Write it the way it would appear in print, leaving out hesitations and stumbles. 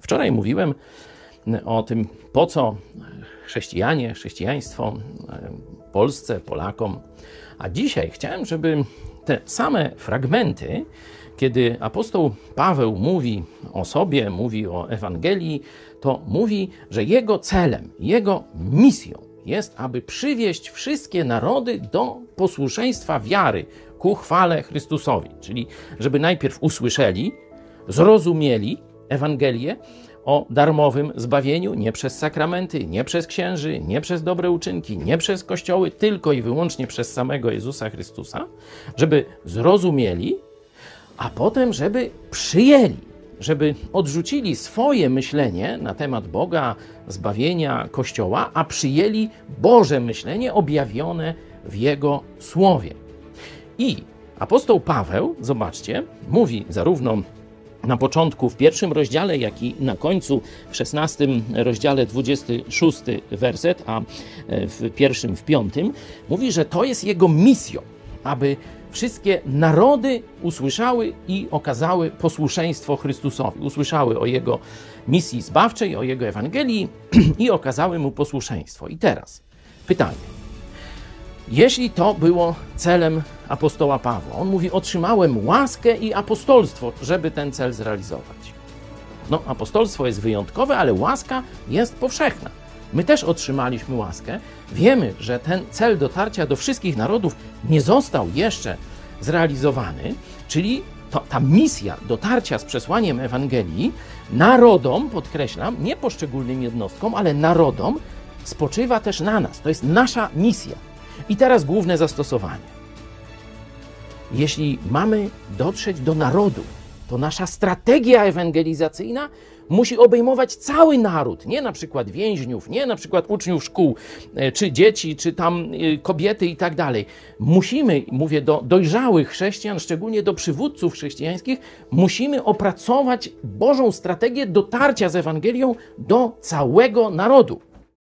Wczoraj mówiłem o tym, po co chrześcijaństwo Polsce, Polakom. A dzisiaj chciałem, żeby te same fragmenty, kiedy apostoł Paweł mówi o sobie, mówi o Ewangelii, to mówi, że jego celem, jego misją jest, aby przywieść wszystkie narody do posłuszeństwa wiary ku chwale Chrystusowi. Czyli żeby najpierw usłyszeli, zrozumieli Ewangelię o darmowym zbawieniu, nie przez sakramenty, nie przez księży, nie przez dobre uczynki, nie przez kościoły, tylko i wyłącznie przez samego Jezusa Chrystusa, żeby zrozumieli, a potem żeby przyjęli, żeby odrzucili swoje myślenie na temat Boga, zbawienia, Kościoła, a przyjęli Boże myślenie objawione w Jego Słowie. I apostoł Paweł, zobaczcie, mówi zarówno na początku w 1 rozdziale, jak i na końcu w 16 rozdziale 26 werset, a w 1 w 5, mówi, że to jest jego misją, aby wszystkie narody usłyszały i okazały posłuszeństwo Chrystusowi. Usłyszały o Jego misji zbawczej, o Jego Ewangelii i okazały Mu posłuszeństwo. I teraz pytanie. Jeśli to było celem apostoła Pawła, on mówi, otrzymałem łaskę i apostolstwo, żeby ten cel zrealizować. No, apostolstwo jest wyjątkowe, ale łaska jest powszechna. My też otrzymaliśmy łaskę. Wiemy, że ten cel dotarcia do wszystkich narodów nie został jeszcze zrealizowany, czyli ta misja dotarcia z przesłaniem Ewangelii narodom, podkreślam, nie poszczególnym jednostkom, ale narodom, spoczywa też na nas. To jest nasza misja. I teraz główne zastosowanie. Jeśli mamy dotrzeć do narodu, to nasza strategia ewangelizacyjna musi obejmować cały naród, nie na przykład więźniów, nie na przykład uczniów szkół, czy dzieci, czy tam kobiety i tak dalej. Musimy, mówię do dojrzałych chrześcijan, szczególnie do przywódców chrześcijańskich, musimy opracować Bożą strategię dotarcia z Ewangelią do całego narodu.